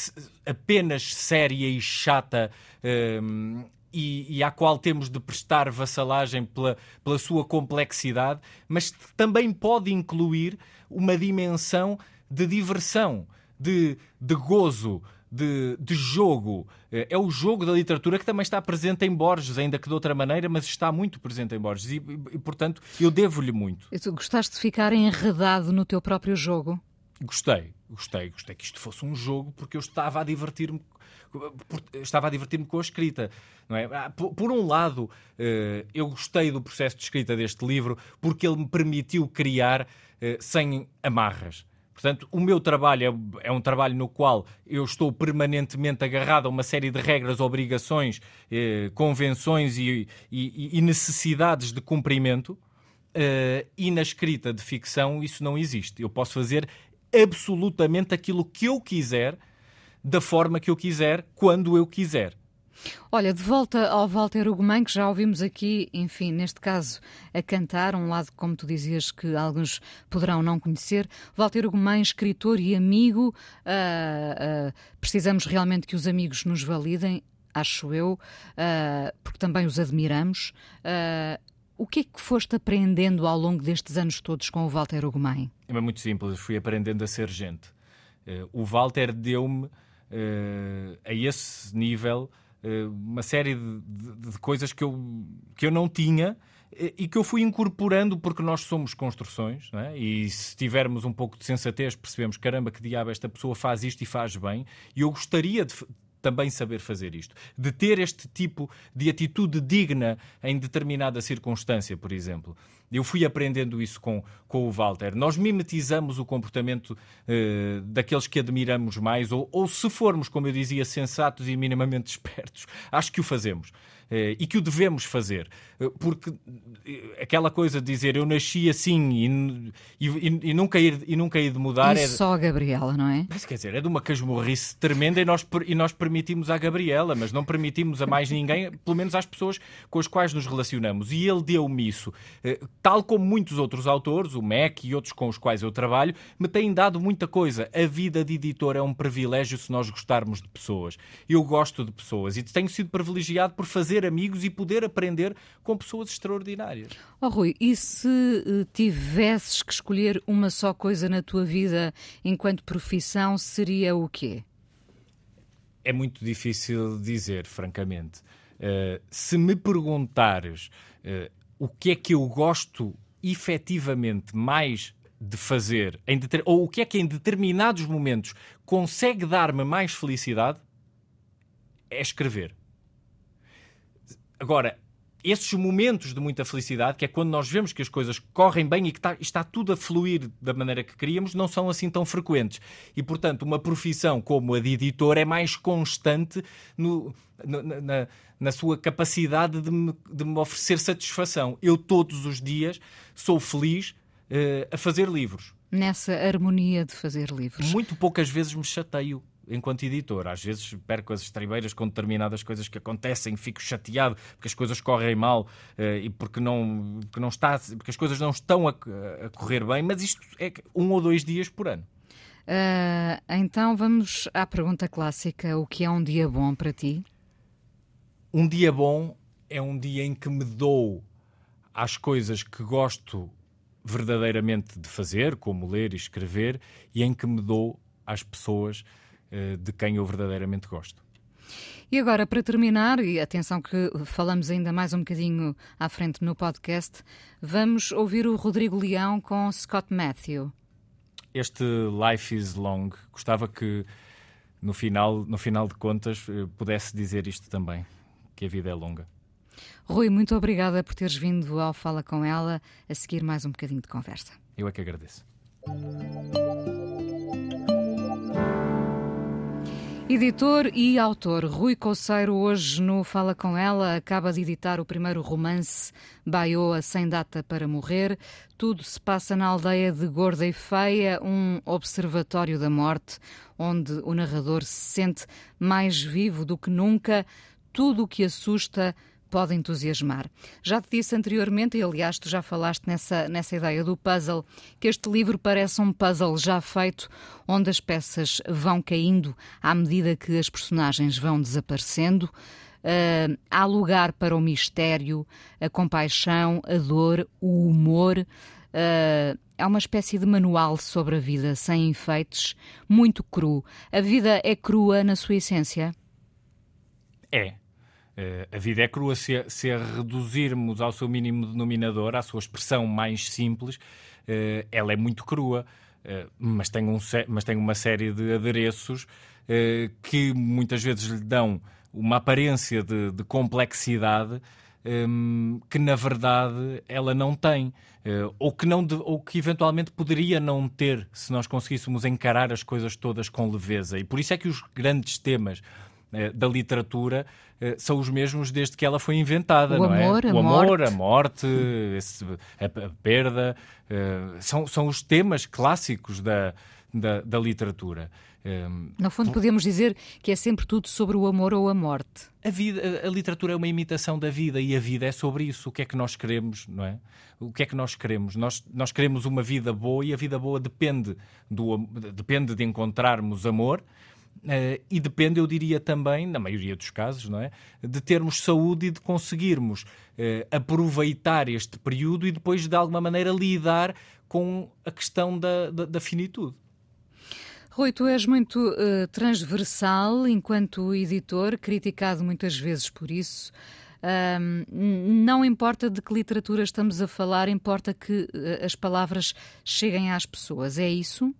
apenas séria e chata um, e, e à qual temos de prestar vassalagem pela, pela sua complexidade, mas também pode incluir uma dimensão de diversão, de, de gozo, de, de jogo. É o jogo da literatura que também está presente em Borges, ainda que de outra maneira, mas está muito presente em Borges e, e, e portanto, eu devo-lhe muito. E tu gostaste de ficar enredado no teu próprio jogo? Gostei, gostei, gostei que isto fosse um jogo porque eu estava a divertir-me estava a divertir-me com a escrita, não é? Por, por um lado, eu gostei do processo de escrita deste livro porque ele me permitiu criar sem amarras. Portanto, o meu trabalho é, é um trabalho no qual eu estou permanentemente agarrado a uma série de regras, obrigações, eh, convenções e, e, e necessidades de cumprimento. Eh, e na escrita de ficção isso não existe. Eu posso fazer absolutamente aquilo que eu quiser, da forma que eu quiser, quando eu quiser. Olha, de volta ao Walter Ugumem, que já ouvimos aqui, enfim, neste caso, a cantar, um lado, como tu dizias, que alguns poderão não conhecer. Walter Ugumem, escritor e amigo, uh, uh, precisamos realmente que os amigos nos validem, acho eu, uh, porque também os admiramos. Uh, o que é que foste aprendendo ao longo destes anos todos com o Walter Ugumem? É muito simples, fui aprendendo a ser gente. Uh, o Walter deu-me, uh, a esse nível, uma série de, de, de coisas que eu, que eu não tinha e que eu fui incorporando porque nós somos construções, não é? E se tivermos um pouco de sensatez percebemos, caramba, que diabo, esta pessoa faz isto e faz bem, e eu gostaria de também saber fazer isto, de ter este tipo de atitude digna em determinada circunstância, por exemplo. Eu fui aprendendo isso com, com o Walter. Nós mimetizamos o comportamento eh, daqueles que admiramos mais, ou, ou se formos, como eu dizia, sensatos e minimamente espertos, acho que o fazemos. Eh, e que o devemos fazer. Eh, porque aquela coisa de dizer eu nasci assim e, e, e, nunca, ir, e nunca hei de mudar... Isso é só a Gabriela, não é? Mas, quer dizer, é de uma casmurrice tremenda e nós, e nós permitimos à Gabriela, mas não permitimos a mais ninguém, pelo menos às pessoas com as quais nos relacionamos. E ele deu-me isso. Eh, tal como muitos outros autores, o Mac e outros com os quais eu trabalho, me têm dado muita coisa. A vida de editor é um privilégio se nós gostarmos de pessoas. Eu gosto de pessoas e tenho sido privilegiado por fazer amigos e poder aprender com pessoas extraordinárias. Oh, Rui, e se uh, tivesses que escolher uma só coisa na tua vida enquanto profissão, seria o quê? É muito difícil dizer, francamente. Uh, se me perguntares uh, o que é que eu gosto efetivamente mais de fazer, em deter... ou o que é que em determinados momentos consegue dar-me mais felicidade, é escrever. Agora, esses momentos de muita felicidade, que é quando nós vemos que as coisas correm bem e que está, está tudo a fluir da maneira que queríamos, não são assim tão frequentes. E, portanto, uma profissão como a de editor é mais constante no, na, na, na sua capacidade de me, de me oferecer satisfação. Eu, todos os dias, sou feliz uh, a fazer livros. Nessa harmonia de fazer livros. Muito poucas vezes me chateio enquanto editor. Às vezes perco as estribeiras com determinadas coisas que acontecem, fico chateado porque as coisas correm mal uh, e porque, não, porque, não está, porque as coisas não estão a, a correr bem, mas isto é um ou dois dias por ano. Uh, então vamos à pergunta clássica. O que é um dia bom para ti? Um dia bom é um dia em que me dou às coisas que gosto verdadeiramente de fazer, como ler e escrever, e em que me dou às pessoas de quem eu verdadeiramente gosto. E agora, para terminar, e atenção que falamos ainda mais um bocadinho à frente no podcast, vamos ouvir o Rodrigo Leão com Scott Matthew. Este Life is Long, gostava que no final, no final de contas pudesse dizer isto também, que a vida é longa. Rui, muito obrigada por teres vindo ao Fala Com Ela, a seguir mais um bocadinho de conversa. Eu é que agradeço. Editor e autor Rui Couceiro, hoje no Fala Com Ela, acaba de editar o primeiro romance, Baioa Sem Data para Morrer. Tudo se passa na aldeia de Gorda e Feia, um observatório da morte, onde o narrador se sente mais vivo do que nunca. Tudo o que assusta pode entusiasmar. Já te disse anteriormente, e aliás tu já falaste nessa, nessa ideia do puzzle, que este livro parece um puzzle já feito, onde as peças vão caindo à medida que as personagens vão desaparecendo. Uh, há lugar para o mistério, a compaixão, a dor, o humor. Uh, é uma espécie de manual sobre a vida, sem enfeites, muito cru. A vida é crua na sua essência? É. Uh, a vida é crua se a, se a reduzirmos ao seu mínimo denominador, à sua expressão mais simples, uh, ela é muito crua, uh, mas, tem um, mas tem uma série de adereços uh, que muitas vezes lhe dão uma aparência de, de complexidade um, que na verdade ela não tem, uh, ou, que não de, ou que eventualmente poderia não ter se nós conseguíssemos encarar as coisas todas com leveza. E por isso é que os grandes temas da literatura são os mesmos desde que ela foi inventada, o não amor, é? A o amor, morte. a morte, esse, a, a perda, uh, são, são os temas clássicos da, da, da literatura. No fundo, podemos dizer que é sempre tudo sobre o amor ou a morte. A, vida, a, a literatura é uma imitação da vida e a vida é sobre isso. O que é que nós queremos, não é? O que é que nós queremos? Nós, nós queremos uma vida boa e a vida boa depende, do, depende de encontrarmos amor uh, e depende, eu diria também, na maioria dos casos, não é? De termos saúde e de conseguirmos uh, aproveitar este período e depois, de alguma maneira, lidar com a questão da, da, da finitude. Rui, tu és muito uh, transversal enquanto editor, criticado muitas vezes por isso. Um, não importa de que literatura estamos a falar, importa que uh, as palavras cheguem às pessoas. É isso?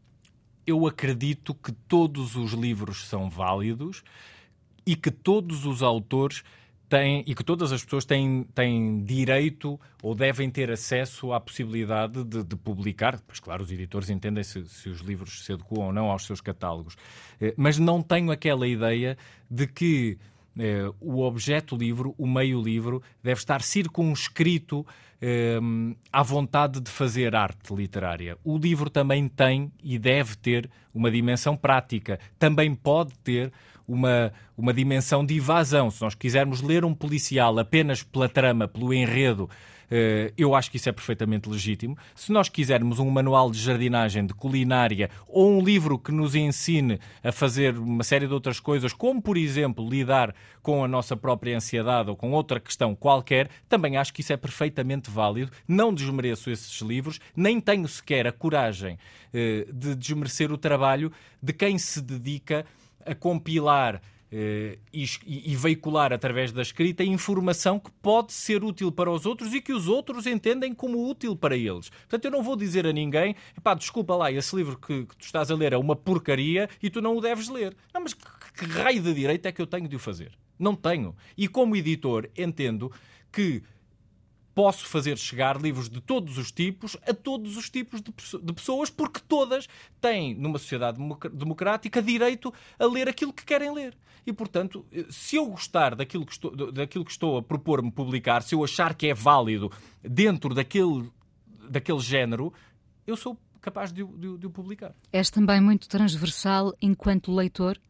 Eu acredito que todos os livros são válidos e que todos os autores têm, e que todas as pessoas têm, têm direito ou devem ter acesso à possibilidade de, de publicar. Pois claro, os editores entendem se, se os livros se adequam ou não aos seus catálogos. Mas não tenho aquela ideia de que eh, o objeto livro, o meio livro, deve estar circunscrito eh, à vontade de fazer arte literária. O livro também tem e deve ter uma dimensão prática. Também pode ter Uma, uma dimensão de evasão. Se nós quisermos ler um policial apenas pela trama, pelo enredo, eh, eu acho que isso é perfeitamente legítimo. Se nós quisermos um manual de jardinagem, de culinária, ou um livro que nos ensine a fazer uma série de outras coisas, como, por exemplo, lidar com a nossa própria ansiedade ou com outra questão qualquer, também acho que isso é perfeitamente válido. Não desmereço esses livros, nem tenho sequer a coragem eh, de desmerecer o trabalho de quem se dedica a compilar eh, e, e veicular através da escrita informação que pode ser útil para os outros e que os outros entendem como útil para eles. Portanto, eu não vou dizer a ninguém, epá, desculpa lá, esse livro que, que tu estás a ler é uma porcaria e tu não o deves ler. Não, mas que, que raio de direito é que eu tenho de o fazer? Não tenho. E como editor entendo que posso fazer chegar livros de todos os tipos a todos os tipos de, de pessoas, porque todas têm, numa sociedade democrática, direito a ler aquilo que querem ler. E, portanto, se eu gostar daquilo que estou, daquilo que estou a propor-me publicar, se eu achar que é válido dentro daquele, daquele género, eu sou capaz de, de, de o publicar. És também muito transversal enquanto leitor?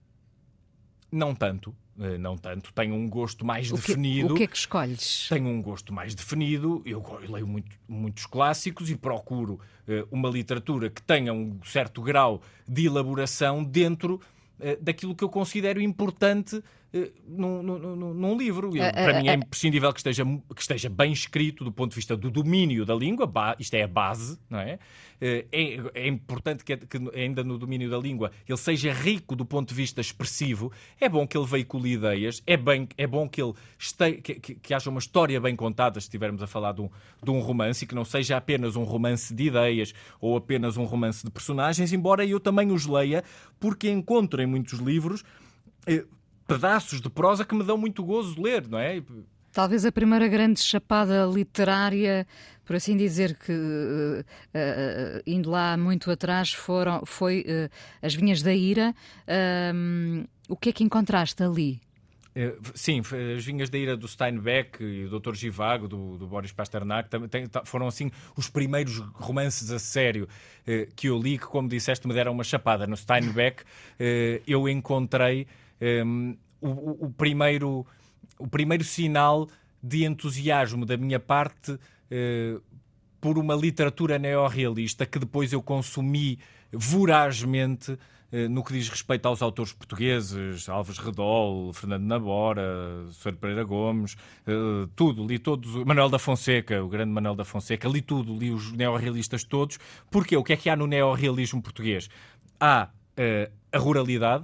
Não tanto. Não tanto, tenho um gosto mais o que, definido. O que é que escolhes? Tenho um gosto mais definido, eu, eu leio muito, muitos clássicos e procuro uh, uma literatura que tenha um certo grau de elaboração dentro uh, daquilo que eu considero importante uh, num, num, num livro. Eu, uh, para uh, mim é imprescindível que esteja, que esteja bem escrito do ponto de vista do domínio da língua, ba- isto é a base, não é? Uh, é, é importante que, que ainda no domínio da língua ele seja rico do ponto de vista expressivo. É bom que ele veicule ideias, é, bem, é bom que, ele este, que, que, que haja uma história bem contada, se estivermos a falar de um, de um romance, e que não seja apenas um romance de ideias ou apenas um romance de personagens, embora eu também os leia, porque encontro em muitos livros eh, pedaços de prosa que me dão muito gozo de ler, não é? Talvez a primeira grande chapada literária, por assim dizer, que uh, uh, indo lá muito atrás, foram, foi uh, As Vinhas da Ira. Um, o que é que encontraste ali? Sim, As Vinhas da Ira do Steinbeck e o doutor Zhivago, do, do Boris Pasternak, também foram assim os primeiros romances a sério eh, que eu li, que, como disseste, me deram uma chapada. No Steinbeck eh, eu encontrei eh, o, o, primeiro, o primeiro sinal de entusiasmo da minha parte eh, por uma literatura neorrealista que depois eu consumi vorazmente no que diz respeito aos autores portugueses, Alves Redol, Fernando Nabora, Soeiro Pereira Gomes, uh, tudo, li todos, Manuel da Fonseca, o grande Manuel da Fonseca, li tudo, li os neorrealistas todos. Porquê? O que é que há no neorrealismo português? Há uh, a ruralidade,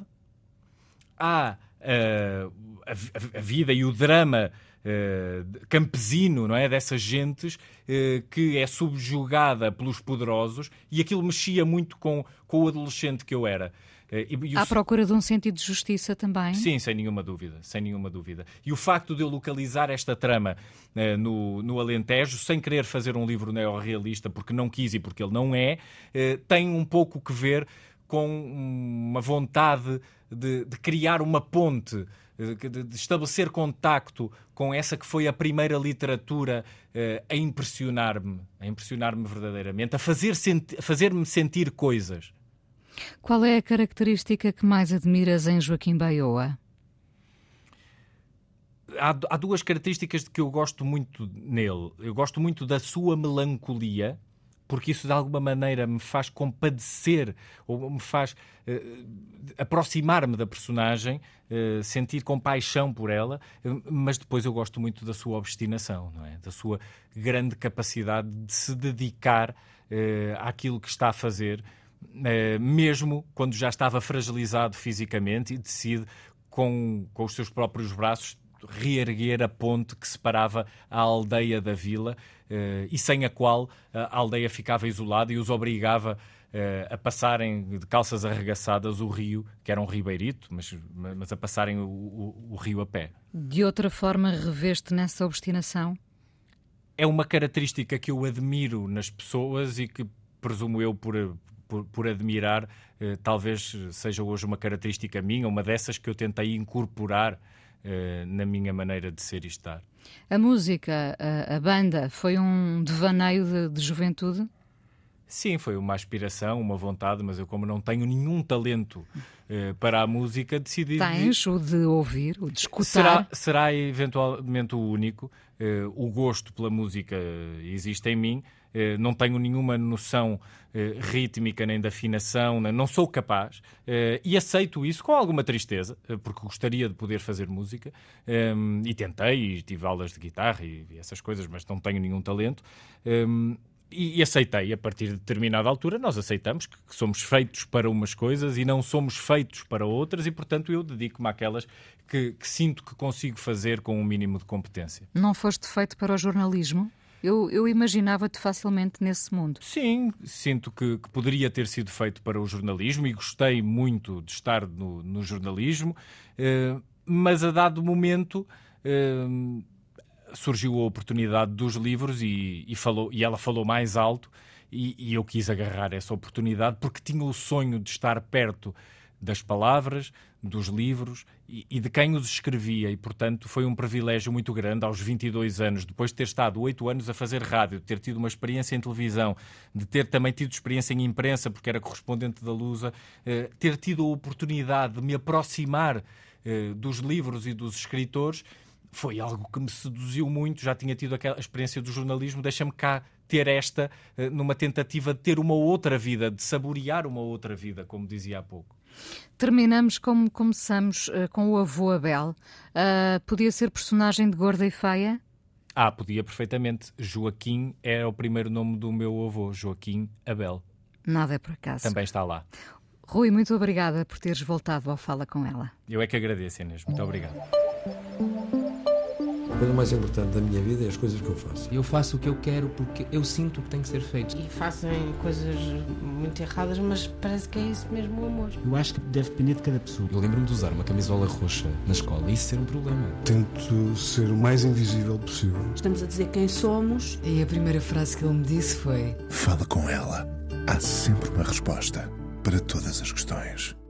há uh, a, a vida e o drama Uh, campesino, não é? Dessas gentes uh, que é subjugada pelos poderosos, e aquilo mexia muito com, com o adolescente que eu era. Uh, e, e à o... procura de um sentido de justiça também? Sim, sem nenhuma dúvida, sem nenhuma dúvida. E o facto de eu localizar esta trama uh, no, no Alentejo, sem querer fazer um livro neorrealista, porque não quis e porque ele não é, uh, tem um pouco que ver com uma vontade de, de criar uma ponte, de estabelecer contacto com essa que foi a primeira literatura uh, a impressionar-me, a impressionar-me verdadeiramente, a fazer senti- a fazer-me sentir coisas. Qual é a característica que mais admiras em Joaquim Baiõa? Há, há duas características de que eu gosto muito nele. Eu gosto muito da sua melancolia, porque isso de alguma maneira me faz compadecer ou me faz uh, aproximar-me da personagem, uh, sentir compaixão por ela, uh, mas depois eu gosto muito da sua obstinação, não é? Da sua grande capacidade de se dedicar uh, àquilo que está a fazer, uh, mesmo quando já estava fragilizado fisicamente, e decide com, com os seus próprios braços reerguer a ponte que separava a aldeia da vila, eh, e sem a qual a aldeia ficava isolada e os obrigava eh, a passarem de calças arregaçadas o rio, que era um ribeirito, mas, mas a passarem o, o, o rio a pé. De outra forma, reveste nessa obstinação? É uma característica que eu admiro nas pessoas e que, presumo eu, por, por, por admirar, eh, talvez seja hoje uma característica minha, uma dessas que eu tentei incorporar na minha maneira de ser e estar. A música, a, a banda, foi um devaneio de, de juventude? Sim, foi uma aspiração, uma vontade, mas eu, como não tenho nenhum talento eh, para a música, decidi... Tens o de ouvir, o de escutar? Será, será eventualmente o único. Eh, o gosto pela música existe em mim. Eh, não tenho nenhuma noção eh, rítmica nem de afinação, nem, não sou capaz. Eh, e aceito isso com alguma tristeza, eh, porque gostaria de poder fazer música. Eh, e tentei, e tive aulas de guitarra e, e essas coisas, mas não tenho nenhum talento. Eh, E, e aceitei, a partir de determinada altura, nós aceitamos que, que somos feitos para umas coisas e não somos feitos para outras, e, portanto, eu dedico-me àquelas que, que sinto que consigo fazer com um mínimo de competência. Não foste feito para o jornalismo? Eu, eu imaginava-te facilmente nesse mundo. Sim, sinto que, que poderia ter sido feito para o jornalismo e gostei muito de estar no, no jornalismo, eh, mas a dado momento... Eh, surgiu a oportunidade dos livros e, e, falou, e ela falou mais alto, e, e eu quis agarrar essa oportunidade porque tinha o sonho de estar perto das palavras, dos livros e, e de quem os escrevia, e portanto foi um privilégio muito grande aos vinte e dois anos, depois de ter estado oito anos a fazer rádio, de ter tido uma experiência em televisão, de ter também tido experiência em imprensa porque era correspondente da Lusa, eh, ter tido a oportunidade de me aproximar eh, dos livros e dos escritores. Foi algo que me seduziu muito, já tinha tido aquela experiência do jornalismo, deixa-me cá ter esta, numa tentativa de ter uma outra vida, de saborear uma outra vida, como dizia há pouco. Terminamos como começamos, com o avô Abel. Uh, podia ser personagem de Gorda e Feia? Ah, podia perfeitamente. Joaquim é o primeiro nome do meu avô, Joaquim Abel. Nada é por acaso. Também está lá. Rui, muito obrigada por teres voltado ao Fala Com Ela. Eu é que agradeço, Inês. Muito obrigado. A coisa mais importante da minha vida é as coisas que eu faço. Eu faço o que eu quero porque eu sinto que tem que ser feito. E fazem coisas muito erradas, mas parece que é isso mesmo o amor. Eu acho que deve depender de cada pessoa. Eu lembro-me de usar uma camisola roxa na escola e isso ser um problema. Tento ser o mais invisível possível. Estamos a dizer quem somos. E a primeira frase que ele me disse foi: Fala com ela. Há sempre uma resposta para todas as questões.